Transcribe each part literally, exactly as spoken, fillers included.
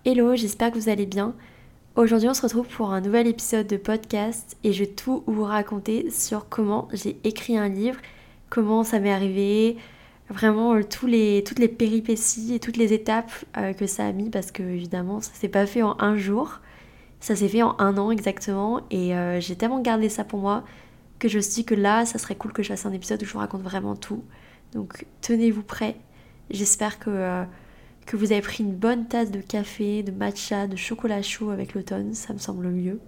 Hello, j'espère que vous allez bien. Aujourd'hui on se retrouve pour un nouvel épisode de podcast et je vais tout vous raconter sur comment j'ai écrit un livre, comment ça m'est arrivé, vraiment euh, tous les, toutes les péripéties et toutes les étapes euh, que ça a mis parce que évidemment ça s'est pas fait en un jour, ça s'est fait en un an exactement et euh, j'ai tellement gardé ça pour moi que je me suis dit que là ça serait cool que je fasse un épisode où je vous raconte vraiment tout. Donc tenez-vous prêts, j'espère que... euh, que vous avez pris une bonne tasse de café, de matcha, de chocolat chaud avec l'automne, ça me semble mieux.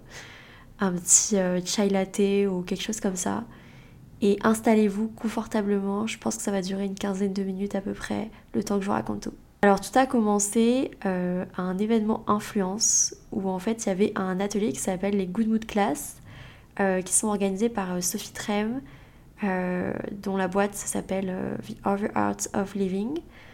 Un petit euh, chai latte ou quelque chose comme ça. Et installez-vous confortablement, je pense que ça va durer une quinzaine de minutes à peu près, le temps que je vous raconte tout. Alors tout a commencé euh, à un événement influence où en fait il y avait un atelier qui s'appelle les Good Mood Class euh, qui sont organisés par euh, Sophie Trem, euh, dont la boîte s'appelle euh, The Other Art of Living.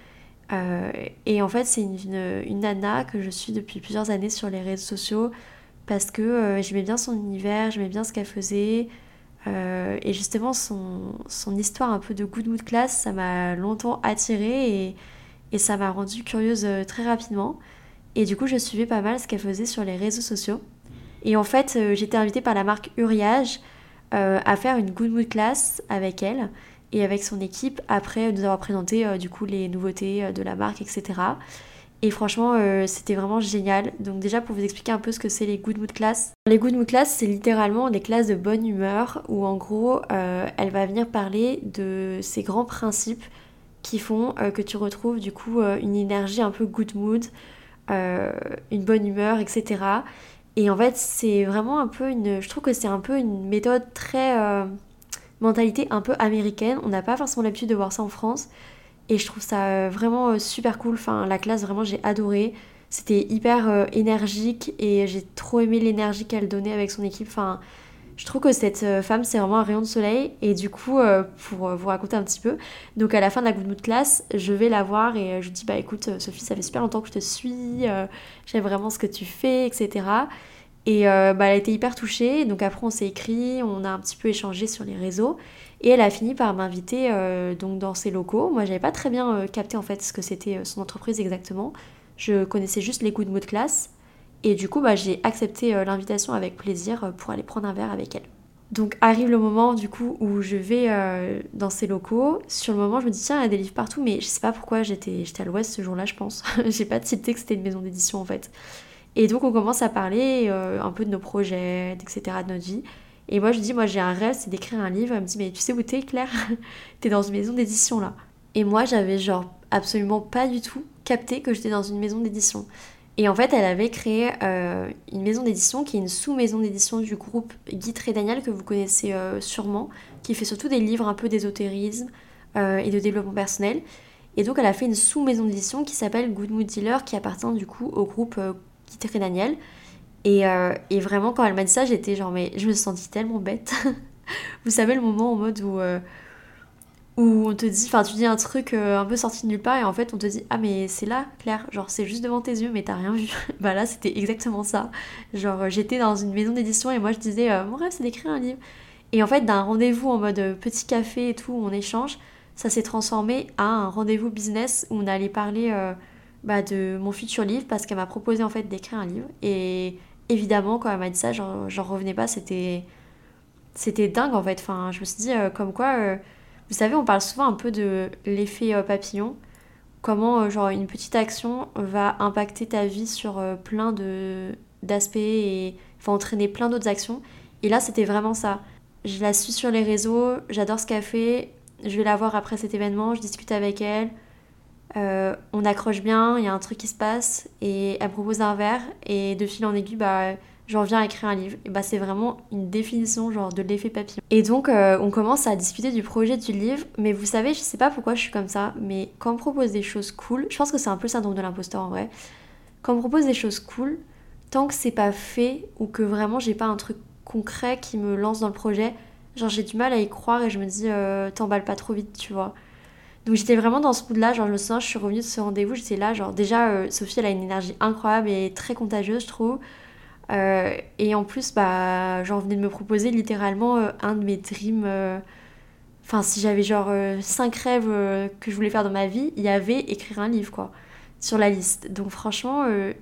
Euh, et en fait, c'est une, une, une nana que je suis depuis plusieurs années sur les réseaux sociaux parce que euh, j'aimais bien son univers, j'aimais bien ce qu'elle faisait. Euh, et justement, son, son histoire un peu de good mood class, ça m'a longtemps attirée et, et ça m'a rendue curieuse euh, très rapidement. Et du coup, je suivais pas mal ce qu'elle faisait sur les réseaux sociaux. Et en fait, euh, j'étais invitée par la marque Uriage euh, à faire une good mood class avec elle et avec son équipe après nous avoir présenté euh, du coup les nouveautés euh, de la marque, et cetera. Et franchement, euh, c'était vraiment génial. Donc déjà, pour vous expliquer un peu ce que c'est les Good Mood Class. Les Good Mood Class, c'est littéralement des classes de bonne humeur où en gros, euh, elle va venir parler de ces grands principes qui font euh, que tu retrouves du coup euh, une énergie un peu good mood, euh, une bonne humeur, et cetera. Et en fait, c'est vraiment un peu une... Je trouve que c'est un peu une méthode très... euh, mentalité un peu américaine. On n'a pas forcément l'habitude de voir ça en France. Et je trouve ça euh, vraiment euh, super cool. Enfin, la classe, vraiment, j'ai adoré. C'était hyper euh, énergique et j'ai trop aimé l'énergie qu'elle donnait avec son équipe. Enfin, je trouve que cette euh, femme, c'est vraiment un rayon de soleil. Et du coup, euh, pour euh, vous raconter un petit peu, donc à la fin de la good mood class, je vais la voir et euh, je lui dis, bah écoute, euh, Sophie, ça fait super longtemps que je te suis. euh, J'aime vraiment ce que tu fais, et cetera. Et euh, bah, elle a été hyper touchée. Donc après, on s'est écrit, on a un petit peu échangé sur les réseaux. Et elle a fini par m'inviter euh, donc dans ses locaux. Moi, j'avais pas très bien euh, capté en fait ce que c'était euh, son entreprise exactement. Je connaissais juste les coups de mots de classe. Et du coup, bah, j'ai accepté euh, l'invitation avec plaisir euh, pour aller prendre un verre avec elle. Donc arrive le moment du coup où je vais euh, dans ces locaux. Sur le moment, je me dis tiens, il y a des livres partout, mais je sais pas pourquoi j'étais, j'étais à l'ouest ce jour-là, je pense. J'ai pas tilté que c'était une maison d'édition en fait. Et donc on commence à parler euh, un peu de nos projets, et cetera, de notre vie. Et moi je dis, moi j'ai un rêve, c'est d'écrire un livre. Elle me dit, mais tu sais où t'es, Claire? T'es dans une maison d'édition là. Et moi j'avais genre absolument pas du tout capté que j'étais dans une maison d'édition. Et en fait elle avait créé euh, une maison d'édition qui est une sous-maison d'édition du groupe Guy Trédaniel que vous connaissez euh, sûrement, qui fait surtout des livres un peu d'ésotérisme euh, et de développement personnel. Et donc elle a fait une sous-maison d'édition qui s'appelle Good Mood Dealer, qui appartient du coup au groupe euh, Guy Daniel. Et, euh, et vraiment, quand elle m'a dit ça, j'étais genre, mais je me sentis tellement bête. Vous savez, le moment en mode où, euh, où on te dit, enfin, tu dis un truc euh, un peu sorti de nulle part, et en fait, on te dit, ah, mais c'est là, Claire, genre, c'est juste devant tes yeux, mais t'as rien vu. Bah là, c'était exactement ça. Genre, euh, j'étais dans une maison d'édition, et moi, je disais, euh, mon rêve, c'est d'écrire un livre. Et en fait, d'un rendez-vous en mode euh, petit café et tout, où on échange, ça s'est transformé à un rendez-vous business où on allait parler euh, bah, de mon futur livre parce qu'elle m'a proposé en fait d'écrire un livre. Et évidemment, quand elle m'a dit ça, j'en, j'en revenais pas. C'était, c'était dingue en fait. Enfin, je me suis dit euh, comme quoi, euh, vous savez, on parle souvent un peu de l'effet euh, papillon. Comment euh, genre une petite action va impacter ta vie sur euh, plein de d'aspects et va entraîner plein d'autres actions. Et là, c'était vraiment ça. Je la suis sur les réseaux, j'adore ce qu'elle fait, je vais la voir après cet événement, je discute avec elle, euh, on accroche bien, il y a un truc qui se passe et elle me propose un verre et de fil en aiguille, bah, j'en viens à écrire un livre. Et bah, c'est vraiment une définition genre de l'effet papillon. Et donc euh, on commence à discuter du projet du livre, mais vous savez, je sais pas pourquoi je suis comme ça, mais quand on me propose des choses cool, je pense que c'est un peu le syndrome de l'imposteur en vrai, quand on me propose des choses cool, tant que c'est pas fait ou que vraiment j'ai pas un truc concret qui me lance dans le projet, genre j'ai du mal à y croire et je me dis euh, t'emballes pas trop vite, tu vois. Donc j'étais vraiment dans ce mood-là, genre je me souviens, je suis revenue de ce rendez-vous, j'étais là, genre déjà euh, Sophie elle a une énergie incroyable et très contagieuse je trouve. Euh, et en plus, bah, genre venait de me proposer littéralement euh, un de mes dreams. euh, Enfin, si j'avais genre euh, cinq rêves euh, que je voulais faire dans ma vie, il y avait écrire un livre quoi, sur la liste. Donc franchement, euh,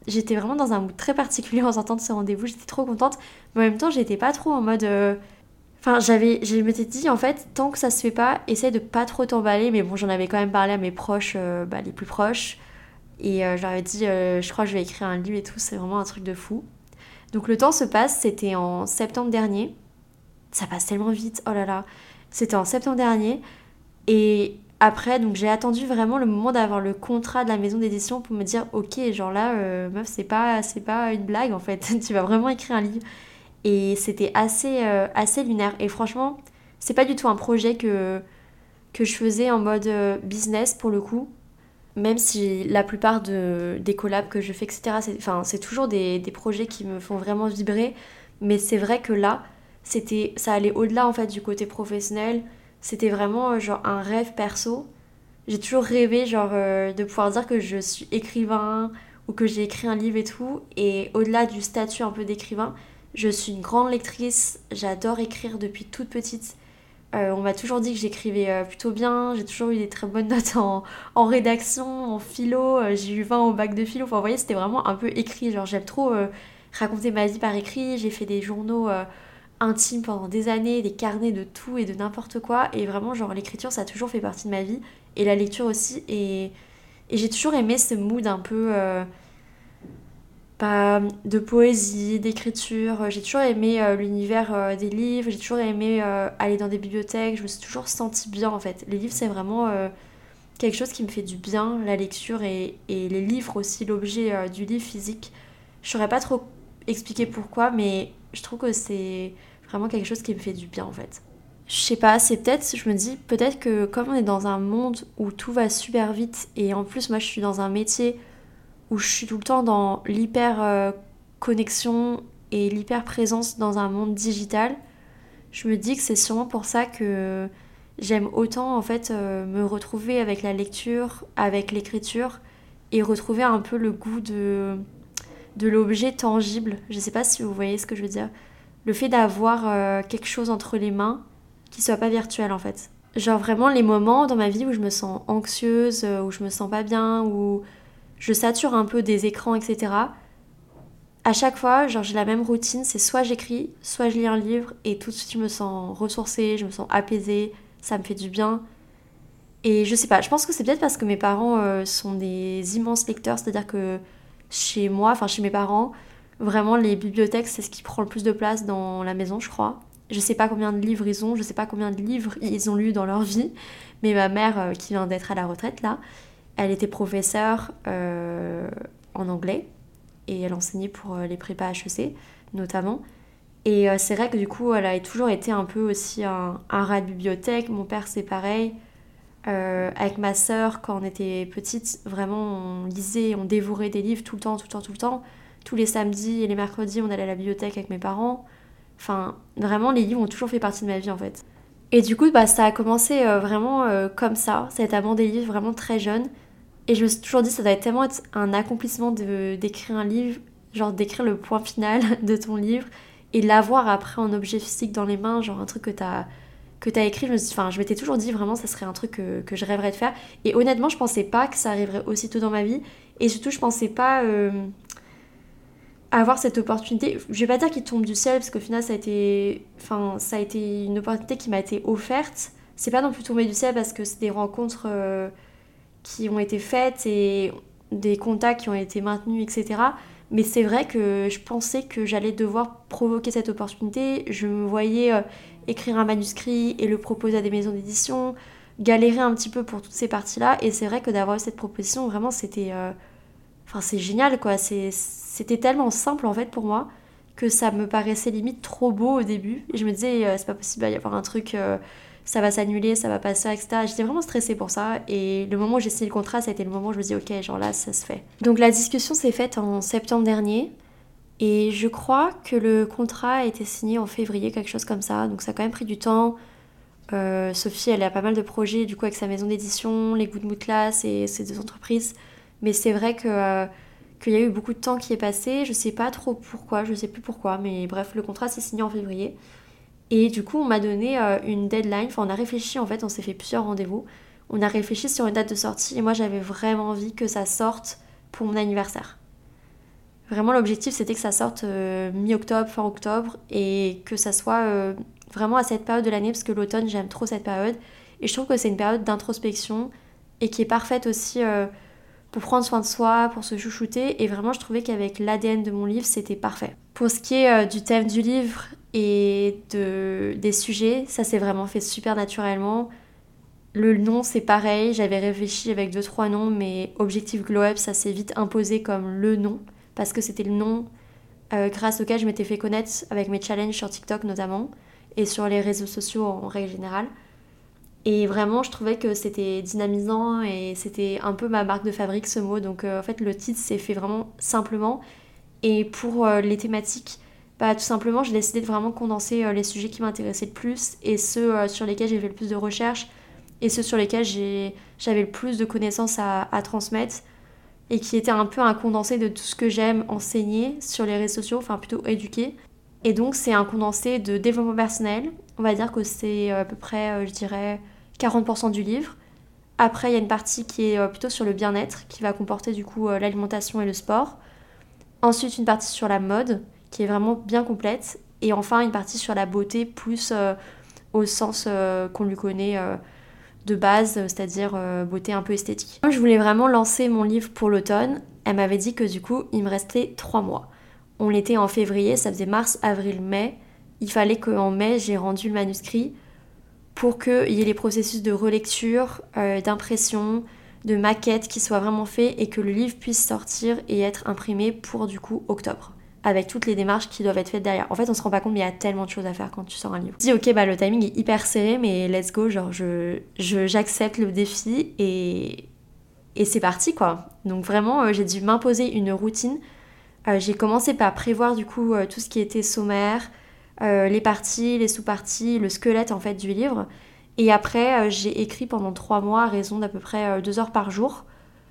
j'étais vraiment dans un mood très particulier en sortant de ce rendez-vous, j'étais trop contente, mais en même temps j'étais pas trop en mode... euh, Enfin, j'avais, je m'étais dit, en fait, tant que ça se fait pas, essaye de pas trop t'emballer. Mais bon, j'en avais quand même parlé à mes proches, euh, bah, les plus proches. Et euh, je leur avais dit, euh, je crois que je vais écrire un livre et tout, c'est vraiment un truc de fou. Donc le temps se passe, c'était en septembre dernier. Ça passe tellement vite, oh là là. C'était en septembre dernier. Et après, donc j'ai attendu vraiment le moment d'avoir le contrat de la maison d'édition pour me dire, ok, genre là, euh, meuf, c'est pas, c'est pas une blague en fait. Tu vas vraiment écrire un livre. Et c'était assez, euh, assez lunaire. Et franchement, c'est pas du tout un projet que, que je faisais en mode euh, business pour le coup. Même si la plupart de, des collabs que je fais, et cetera, c'est, enfin, c'est toujours des, des projets qui me font vraiment vibrer. Mais c'est vrai que là, c'était, ça allait au-delà en fait du côté professionnel. C'était vraiment euh, genre un rêve perso. J'ai toujours rêvé genre euh, de pouvoir dire que je suis écrivain ou que j'ai écrit un livre et tout. Et au-delà du statut un peu d'écrivain, je suis une grande lectrice. J'adore écrire depuis toute petite. Euh, on m'a toujours dit que j'écrivais euh, plutôt bien. J'ai toujours eu des très bonnes notes en, en rédaction, en philo. Euh, j'ai eu vingt au bac de philo. Enfin, vous voyez, c'était vraiment un peu écrit. Genre, j'aime trop euh, raconter ma vie par écrit. J'ai fait des journaux euh, intimes pendant des années, des carnets de tout et de n'importe quoi. Et vraiment, genre, l'écriture, ça a toujours fait partie de ma vie. Et la lecture aussi. Et, et j'ai toujours aimé ce mood un peu... euh, pas de poésie, d'écriture. J'ai toujours aimé euh, l'univers euh, des livres, j'ai toujours aimé euh, aller dans des bibliothèques, je me suis toujours sentie bien en fait. Les livres, c'est vraiment euh, quelque chose qui me fait du bien, la lecture et, et les livres aussi, l'objet euh, du livre physique. Je saurais pas trop expliquer pourquoi, mais je trouve que c'est vraiment quelque chose qui me fait du bien en fait. Je sais pas, c'est peut-être, je me dis, peut-être que comme on est dans un monde où tout va super vite, et en plus moi je suis dans un métier où je suis tout le temps dans l'hyper euh, connexion et l'hyper présence dans un monde digital, je me dis que c'est sûrement pour ça que j'aime autant en fait euh, me retrouver avec la lecture, avec l'écriture et retrouver un peu le goût de, de l'objet tangible. Je sais pas si vous voyez ce que je veux dire. Le fait d'avoir euh, quelque chose entre les mains qui soit pas virtuel en fait. Genre vraiment les moments dans ma vie où je me sens anxieuse, euh, où je me sens pas bien, où je sature un peu des écrans, et cetera. À chaque fois, genre j'ai la même routine, c'est soit j'écris, soit je lis un livre et tout de suite je me sens ressourcée, je me sens apaisée, ça me fait du bien. Et je sais pas, je pense que c'est peut-être parce que mes parents euh, sont des immenses lecteurs, c'est-à-dire que chez moi, enfin chez mes parents, vraiment les bibliothèques c'est ce qui prend le plus de place dans la maison, je crois. Je sais pas combien de livres ils ont, je sais pas combien de livres ils ont lus dans leur vie, mais ma mère euh, qui vient d'être à la retraite là, elle était professeure euh, en anglais et elle enseignait pour euh, les prépas H E C notamment. Et euh, c'est vrai que du coup, elle a toujours été un peu aussi un, un rat de bibliothèque. Mon père, c'est pareil. Euh, avec ma sœur, quand on était petite, vraiment, on lisait, on dévorait des livres tout le temps, tout le temps, tout le temps. Tous les samedis et les mercredis, on allait à la bibliothèque avec mes parents. Enfin, vraiment, les livres ont toujours fait partie de ma vie, en fait. Et du coup, bah, ça a commencé euh, vraiment euh, comme ça, cet amour des livres, vraiment très jeune. Et je me suis toujours dit, ça doit être tellement être un accomplissement de, d'écrire un livre, genre d'écrire le point final de ton livre et l'avoir après en objet physique dans les mains, genre un truc que t'as que t'as écrit. Je me suis, enfin, je m'étais toujours dit vraiment, ça serait un truc que, que je rêverais de faire. Et honnêtement, je pensais pas que ça arriverait aussitôt dans ma vie. Et surtout, je pensais pas euh, avoir cette opportunité. Je vais pas dire qu'il tombe du ciel, parce qu'au final, ça a été, enfin, ça a été une opportunité qui m'a été offerte. C'est pas non plus tombé du ciel parce que c'est des rencontres. Euh, qui ont été faites et des contacts qui ont été maintenus, et cetera. Mais c'est vrai que je pensais que j'allais devoir provoquer cette opportunité. Je me voyais euh, écrire un manuscrit et le proposer à des maisons d'édition, galérer un petit peu pour toutes ces parties-là. Et c'est vrai que d'avoir eu cette proposition, vraiment, c'était... euh, Enfin, c'est génial, quoi. C'est... C'était tellement simple, en fait, pour moi, que ça me paraissait limite trop beau au début. Et je me disais, euh, c'est pas possible, il va y avoir un truc... euh, ça va s'annuler, ça va pas se faire, et cetera. J'étais vraiment stressée pour ça. Et le moment où j'ai signé le contrat, ça a été le moment où je me dis, ok, genre là, ça se fait. Donc la discussion s'est faite en septembre dernier. Et je crois que le contrat a été signé en février, quelque chose comme ça. Donc ça a quand même pris du temps. Euh, Sophie, elle a pas mal de projets, du coup, avec sa maison d'édition, les Good Mood Class et ses deux entreprises. Mais c'est vrai que... euh, qu'il y a eu beaucoup de temps qui est passé. Je sais pas trop pourquoi, je sais plus pourquoi. Mais bref, le contrat s'est signé en février. Et du coup, on m'a donné euh, une deadline. Enfin, on a réfléchi, en fait, on s'est fait plusieurs rendez-vous. On a réfléchi sur une date de sortie et moi, j'avais vraiment envie que ça sorte pour mon anniversaire. Vraiment l'objectif c'était que ça sorte euh, mi-octobre, fin octobre et que ça soit euh, vraiment à cette période de l'année parce que l'automne j'aime trop cette période et je trouve que c'est une période d'introspection et qui est parfaite aussi euh, pour prendre soin de soi, pour se chouchouter et vraiment je trouvais qu'avec l'A D N de mon livre c'était parfait. Pour ce qui est euh, du thème du livre et de, des sujets, ça s'est vraiment fait super naturellement. Le nom c'est pareil, j'avais réfléchi avec deux trois noms mais Objectif Glow Up ça s'est vite imposé comme le nom parce que c'était le nom euh, grâce auquel je m'étais fait connaître avec mes challenges sur TikTok notamment et sur les réseaux sociaux en règle générale. Et vraiment je trouvais que c'était dynamisant et c'était un peu ma marque de fabrique ce mot donc euh, en fait le titre s'est fait vraiment simplement et pour euh, les thématiques bah, tout simplement j'ai décidé de vraiment condenser euh, les sujets qui m'intéressaient le plus et ceux euh, sur lesquels j'ai fait le plus de recherches et ceux sur lesquels j'ai, j'avais le plus de connaissances à, à transmettre et qui étaient un peu un condensé de tout ce que j'aime enseigner sur les réseaux sociaux, enfin plutôt éduquer. Et donc c'est un condensé de développement personnel, on va dire que c'est à peu près, euh, je dirais, quarante pour cent du livre. Après il y a une partie qui est euh, plutôt sur le bien-être, qui va comporter du coup euh, l'alimentation et le sport. Ensuite une partie sur la mode, qui est vraiment bien complète. Et enfin une partie sur la beauté, plus euh, au sens euh, qu'on lui connaît euh, de base, c'est-à-dire euh, beauté un peu esthétique. Moi, je voulais vraiment lancer mon livre pour l'automne. Elle m'avait dit que du coup, il me restait trois mois. On était en février, ça faisait mars, avril, mai. Il fallait qu'en mai, j'ai rendu le manuscrit pour qu'il y ait les processus de relecture, euh, d'impression, de maquette qui soient vraiment faits et que le livre puisse sortir et être imprimé pour du coup octobre, avec toutes les démarches qui doivent être faites derrière. En fait, on se rend pas compte, mais il y a tellement de choses à faire quand tu sors un livre. Je dis, ok, bah le timing est hyper serré, mais let's go, genre je, je, j'accepte le défi et, et c'est parti quoi. Donc vraiment, euh, j'ai dû m'imposer une routine. Euh, j'ai commencé par prévoir du coup euh, tout ce qui était sommaire, euh, les parties, les sous-parties, le squelette en fait du livre. Et après, euh, j'ai écrit pendant trois mois à raison d'à peu près euh, deux heures par jour.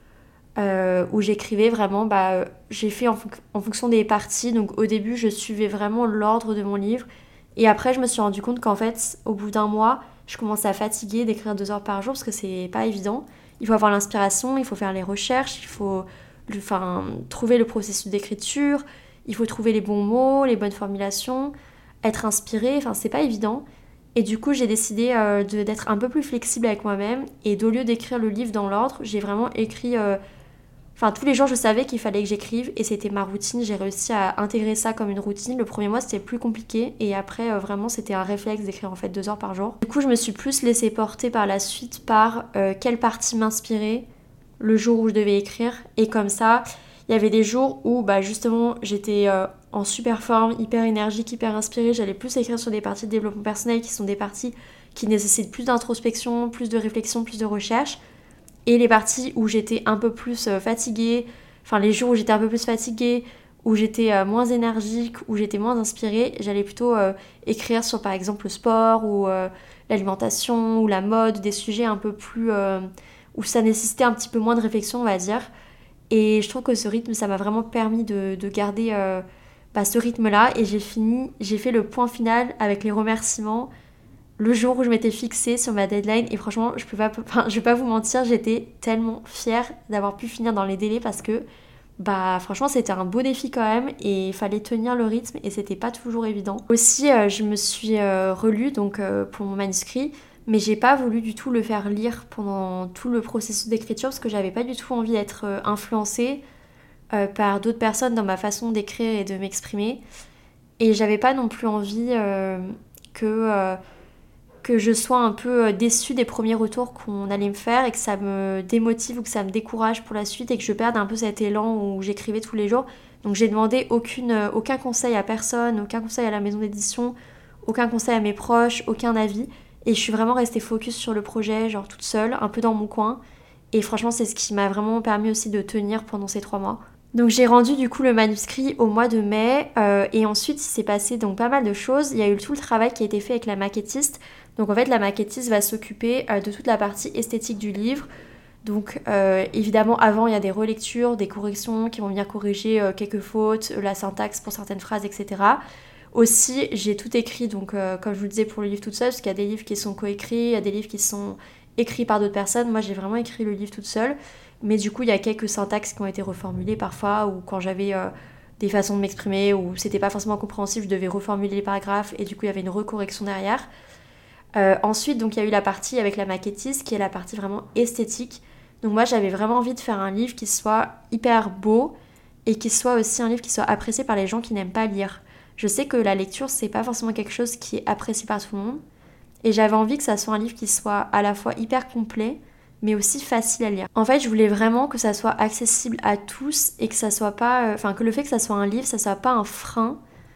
Euh, où j'écrivais vraiment, bah, j'ai fait en, fon- en fonction des parties. Donc au début, je suivais vraiment l'ordre de mon livre. Et après, je me suis rendu compte qu'en fait, au bout d'un mois, je commençais à fatiguer d'écrire deux heures par jour parce que c'est pas évident. Il faut avoir l'inspiration, il faut faire les recherches, il faut le- enfin, trouver le processus d'écriture, il faut trouver les bons mots, les bonnes formulations, être inspiré. Enfin, c'est pas évident. Et du coup, j'ai décidé euh, de- d'être un peu plus flexible avec moi-même. Et au lieu d'écrire le livre dans l'ordre, j'ai vraiment écrit. euh, Enfin, tous les jours, je savais qu'il fallait que j'écrive et c'était ma routine. J'ai réussi à intégrer ça comme une routine. Le premier mois, c'était plus compliqué et après, euh, vraiment, c'était un réflexe d'écrire en fait deux heures par jour. Du coup, je me suis plus laissée porter par la suite par euh, quelle partie m'inspirait le jour où je devais écrire. Et comme ça, il y avait des jours où, bah, justement, j'étais euh, en super forme, hyper énergique, hyper inspirée. J'allais plus écrire sur des parties de développement personnel qui sont des parties qui nécessitent plus d'introspection, plus de réflexion, plus de recherche. Et les parties où j'étais un peu plus euh, fatiguée, enfin les jours où j'étais un peu plus fatiguée, où j'étais euh, moins énergique, où j'étais moins inspirée, j'allais plutôt euh, écrire sur par exemple le sport ou euh, l'alimentation ou la mode, des sujets un peu plus... euh, où ça nécessitait un petit peu moins de réflexion on va dire. Et je trouve que ce rythme, ça m'a vraiment permis de, de garder euh, bah, ce rythme-là. Et j'ai fini, j'ai fait le point final avec les remerciements le jour où je m'étais fixée sur ma deadline et franchement je peux pas, enfin, je vais pas vous mentir, j'étais tellement fière d'avoir pu finir dans les délais parce que bah franchement c'était un beau défi quand même et il fallait tenir le rythme et c'était pas toujours évident. Aussi euh, je me suis euh, relue donc euh, pour mon manuscrit mais j'ai pas voulu du tout le faire lire pendant tout le processus d'écriture parce que j'avais pas du tout envie d'être euh, influencée euh, par d'autres personnes dans ma façon d'écrire et de m'exprimer et j'avais pas non plus envie euh, que euh, que je sois un peu déçue des premiers retours qu'on allait me faire et que ça me démotive ou que ça me décourage pour la suite et que je perde un peu cet élan où j'écrivais tous les jours. Donc j'ai demandé aucune, aucun conseil à personne, aucun conseil à la maison d'édition, aucun conseil à mes proches, aucun avis. Et je suis vraiment restée focus sur le projet, genre toute seule, un peu dans mon coin. Et franchement, c'est ce qui m'a vraiment permis aussi de tenir pendant ces trois mois. Donc j'ai rendu du coup le manuscrit au mois de mai euh, et ensuite il s'est passé donc pas mal de choses. Il y a eu tout le travail qui a été fait avec la maquettiste. Donc en fait la maquettiste va s'occuper euh, de toute la partie esthétique du livre. Donc euh, évidemment avant il y a des relectures, des corrections qui vont venir corriger euh, quelques fautes, la syntaxe pour certaines phrases, et cetera. Aussi j'ai tout écrit donc euh, comme je vous le disais pour le livre toute seule parce qu'il y a des livres qui sont coécrits, il y a des livres qui sont écrits par d'autres personnes. Moi j'ai vraiment écrit le livre toute seule. Mais du coup, il y a quelques syntaxes qui ont été reformulées parfois, ou quand j'avais euh, des façons de m'exprimer où c'était pas forcément compréhensible, je devais reformuler les paragraphes et du coup il y avait une recorrection derrière. Euh, ensuite, donc il y a eu la partie avec la maquettiste qui est la partie vraiment esthétique. Donc moi j'avais vraiment envie de faire un livre qui soit hyper beau et qui soit aussi un livre qui soit apprécié par les gens qui n'aiment pas lire. Je sais que la lecture c'est pas forcément quelque chose qui est apprécié par tout le monde et j'avais envie que ça soit un livre qui soit à la fois hyper complet mais aussi facile à lire. En fait, je voulais vraiment que ça soit accessible à tous et que ça soit pas, enfin euh, que le fait que ça soit un livre, ça soit pas un frein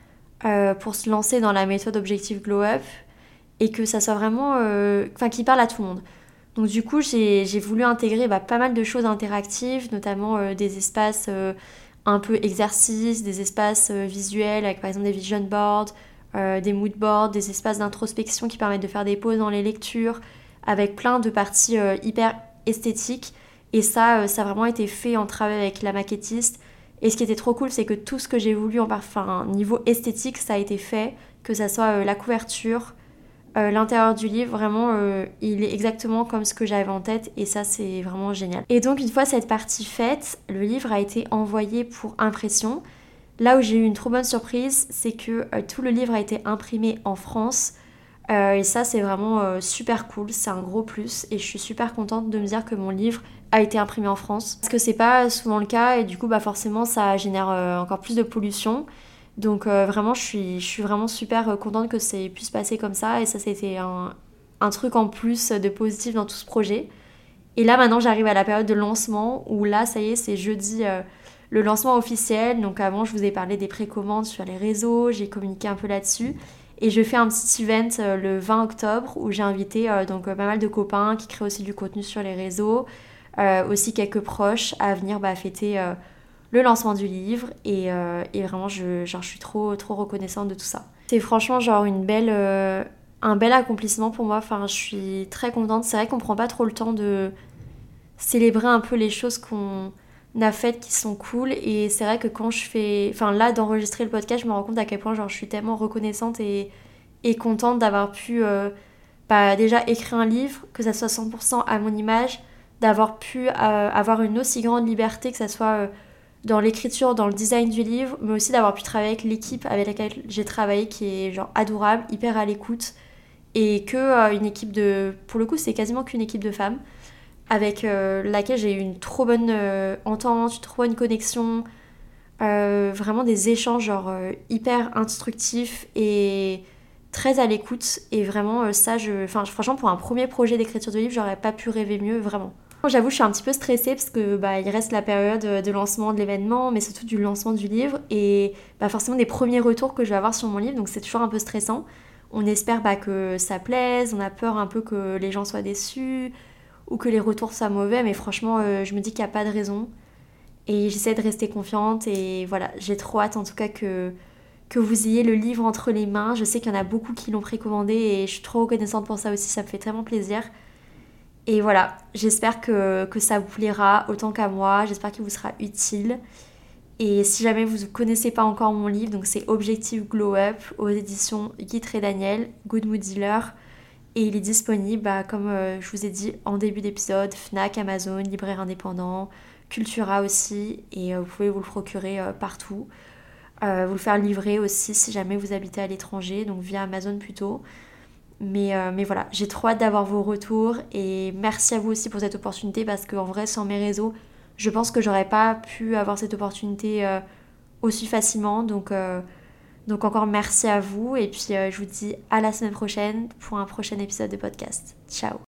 euh, pour se lancer dans la méthode Objectif Glow Up et que ça soit vraiment, enfin euh, qui parle à tout le monde. Donc du coup, j'ai, j'ai voulu intégrer bah, pas mal de choses interactives, notamment euh, des espaces euh, un peu exercices, des espaces euh, visuels avec par exemple des vision boards, euh, des mood boards, des espaces d'introspection qui permettent de faire des pauses dans les lectures, avec plein de parties euh, hyper esthétiques. Et ça, euh, ça a vraiment été fait en travail avec la maquettiste. Et ce qui était trop cool, c'est que tout ce que j'ai voulu, en enfin, niveau esthétique, ça a été fait, que ça soit euh, la couverture, euh, l'intérieur du livre, vraiment, euh, il est exactement comme ce que j'avais en tête et ça, c'est vraiment génial. Et donc, une fois cette partie faite, le livre a été envoyé pour impression. Là où j'ai eu une trop bonne surprise, c'est que euh, tout le livre a été imprimé en France. Euh, et ça, c'est vraiment euh, super cool, c'est un gros plus. Et je suis super contente de me dire que mon livre a été imprimé en France. Parce que c'est pas souvent le cas et du coup, bah, forcément, ça génère euh, encore plus de pollution. Donc euh, vraiment, je suis, je suis vraiment super contente que ça ait pu se passer comme ça. Et ça, c'était un, un truc en plus de positif dans tout ce projet. Et là, maintenant, j'arrive à la période de lancement où là, ça y est, c'est jeudi euh, le lancement officiel. Donc avant, je vous ai parlé des précommandes sur les réseaux, j'ai communiqué un peu là-dessus. Et je fais un petit event euh, le vingt octobre où j'ai invité euh, donc, euh, pas mal de copains qui créent aussi du contenu sur les réseaux, euh, aussi quelques proches à venir bah, fêter euh, le lancement du livre. Et, euh, et vraiment, je, genre, je suis trop, trop reconnaissante de tout ça. C'est franchement genre une belle, euh, un bel accomplissement pour moi. Enfin, je suis très contente. C'est vrai qu'on prend pas trop le temps de célébrer un peu les choses qu'on a faites qui sont cool. Et c'est vrai que quand je fais... Enfin là, d'enregistrer le podcast, je me rends compte à quel point genre, je suis tellement reconnaissante et, et contente d'avoir pu euh, bah, déjà écrire un livre, que ça soit cent pour cent à mon image, d'avoir pu euh, avoir une aussi grande liberté, que ça soit euh, dans l'écriture, dans le design du livre, mais aussi d'avoir pu travailler avec l'équipe avec laquelle j'ai travaillé, qui est genre adorable, hyper à l'écoute, et que euh, une équipe de... Pour le coup, c'est quasiment qu'une équipe de femmes, avec euh, laquelle j'ai eu une trop bonne euh, entente, une trop bonne connexion, euh, vraiment des échanges genre euh, hyper instructifs et très à l'écoute. Et vraiment euh, ça, je... enfin, franchement pour un premier projet d'écriture de livre, j'aurais pas pu rêver mieux, vraiment. J'avoue, je suis un petit peu stressée parce que bah, il reste la période de lancement de l'événement, mais surtout du lancement du livre et bah, forcément des premiers retours que je vais avoir sur mon livre, donc c'est toujours un peu stressant. On espère bah, que ça plaise, on a peur un peu que les gens soient déçus ou que les retours soient mauvais, mais franchement, euh, je me dis qu'il n'y a pas de raison. Et j'essaie de rester confiante et voilà, j'ai trop hâte en tout cas que, que vous ayez le livre entre les mains. Je sais qu'il y en a beaucoup qui l'ont précommandé et je suis trop reconnaissante pour ça aussi, ça me fait tellement plaisir. Et voilà, j'espère que, que ça vous plaira autant qu'à moi, j'espère qu'il vous sera utile. Et si jamais vous ne connaissez pas encore mon livre, donc c'est Objectif Glow Up aux éditions Guitry et Daniel, Good Mood Dealer. Et il est disponible, bah, comme euh, je vous ai dit en début d'épisode, Fnac, Amazon, libraire indépendant, Cultura aussi. Et euh, vous pouvez vous le procurer euh, partout. Euh, vous le faire livrer aussi si jamais vous habitez à l'étranger, donc via Amazon plutôt. Mais, euh, mais voilà, j'ai trop hâte d'avoir vos retours et merci à vous aussi pour cette opportunité parce qu'en vrai, sans mes réseaux, je pense que j'aurais pas pu avoir cette opportunité euh, aussi facilement. Donc, euh, donc encore merci à vous et puis euh, je vous dis à la semaine prochaine pour un prochain épisode de podcast. Ciao!